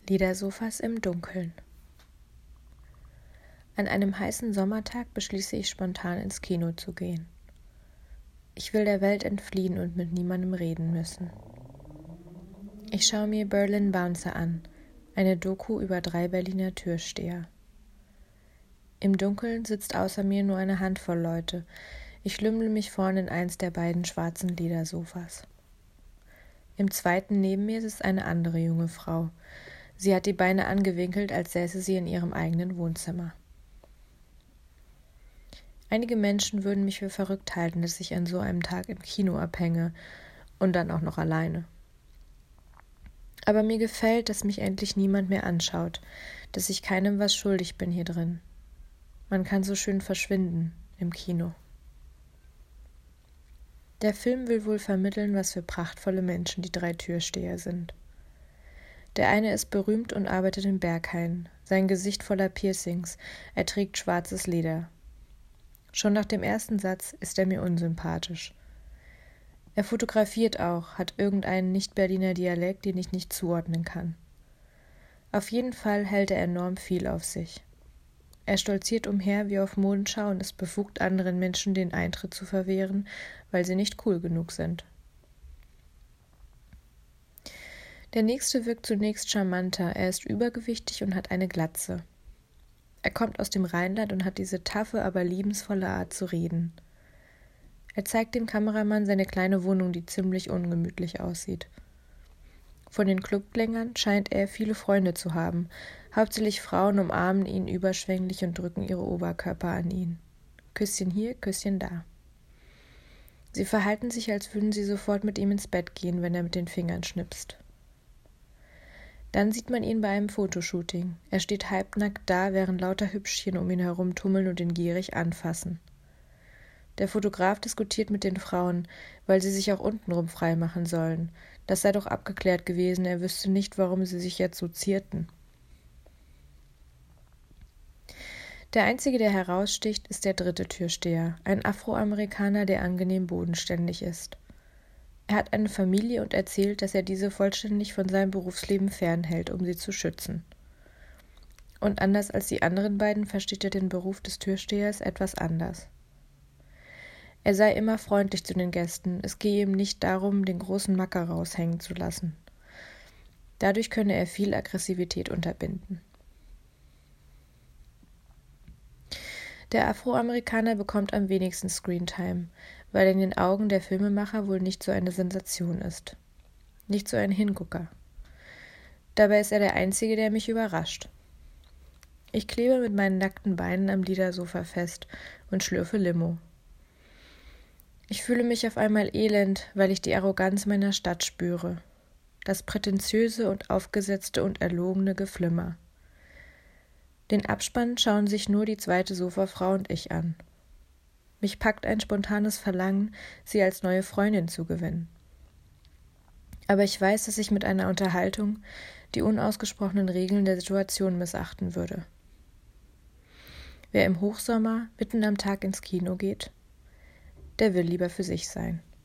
Ledersofas im Dunkeln. An einem heißen Sommertag beschließe ich spontan ins Kino zu gehen. Ich will der Welt entfliehen und mit niemandem reden müssen. Ich schaue mir Berlin Bouncer an, eine Doku über 3 Berliner Türsteher. Im Dunkeln sitzt außer mir nur eine Handvoll Leute. Ich lümmle mich vorn in eins der beiden schwarzen Ledersofas. Im zweiten neben mir sitzt eine andere junge Frau. Sie hat die Beine angewinkelt, als säße sie in ihrem eigenen Wohnzimmer. Einige Menschen würden mich für verrückt halten, dass ich an so einem Tag im Kino abhänge und dann auch noch alleine. Aber mir gefällt, dass mich endlich niemand mehr anschaut, dass ich keinem was schuldig bin hier drin. Man kann so schön verschwinden im Kino. Der Film will wohl vermitteln, was für prachtvolle Menschen die 3 Türsteher sind. Der eine ist berühmt und arbeitet in Berghain, sein Gesicht voller Piercings, er trägt schwarzes Leder. Schon nach dem ersten Satz ist er mir unsympathisch. Er fotografiert auch, hat irgendeinen Nicht-Berliner Dialekt, den ich nicht zuordnen kann. Auf jeden Fall hält er enorm viel auf sich. Er stolziert umher wie auf Modenschau und ist befugt, anderen Menschen den Eintritt zu verwehren, weil sie nicht cool genug sind. Der nächste wirkt zunächst charmanter, er ist übergewichtig und hat eine Glatze. Er kommt aus dem Rheinland und hat diese taffe, aber liebensvolle Art zu reden. Er zeigt dem Kameramann seine kleine Wohnung, die ziemlich ungemütlich aussieht. Von den Clubgängern scheint er viele Freunde zu haben. Hauptsächlich Frauen umarmen ihn überschwänglich und drücken ihre Oberkörper an ihn. Küsschen hier, Küsschen da. Sie verhalten sich, als würden sie sofort mit ihm ins Bett gehen, wenn er mit den Fingern schnipst. Dann sieht man ihn bei einem Fotoshooting. Er steht halbnackt da, während lauter Hübschchen um ihn herum tummeln und ihn gierig anfassen. Der Fotograf diskutiert mit den Frauen, weil sie sich auch untenrum freimachen sollen. Das sei doch abgeklärt gewesen, er wüsste nicht, warum sie sich jetzt so zierten. Der einzige, der heraussticht, ist der 3. Türsteher, ein Afroamerikaner, der angenehm bodenständig ist. Er hat eine Familie und erzählt, dass er diese vollständig von seinem Berufsleben fernhält, um sie zu schützen. Und anders als die anderen beiden versteht er den Beruf des Türstehers etwas anders. Er sei immer freundlich zu den Gästen, es gehe ihm nicht darum, den großen Macker raushängen zu lassen. Dadurch könne er viel Aggressivität unterbinden. Der Afroamerikaner bekommt am wenigsten Screentime, weil er in den Augen der Filmemacher wohl nicht so eine Sensation ist. Nicht so ein Hingucker. Dabei ist er der Einzige, der mich überrascht. Ich klebe mit meinen nackten Beinen am Ledersofa fest und schlürfe Limo. Ich fühle mich auf einmal elend, weil ich die Arroganz meiner Stadt spüre. Das prätentiöse und aufgesetzte und erlogene Geflimmer. Den Abspann schauen sich nur die 2. Sofafrau und ich an. Mich packt ein spontanes Verlangen, sie als neue Freundin zu gewinnen. Aber ich weiß, dass ich mit einer Unterhaltung die unausgesprochenen Regeln der Situation missachten würde. Wer im Hochsommer mitten am Tag ins Kino geht, der will lieber für sich sein.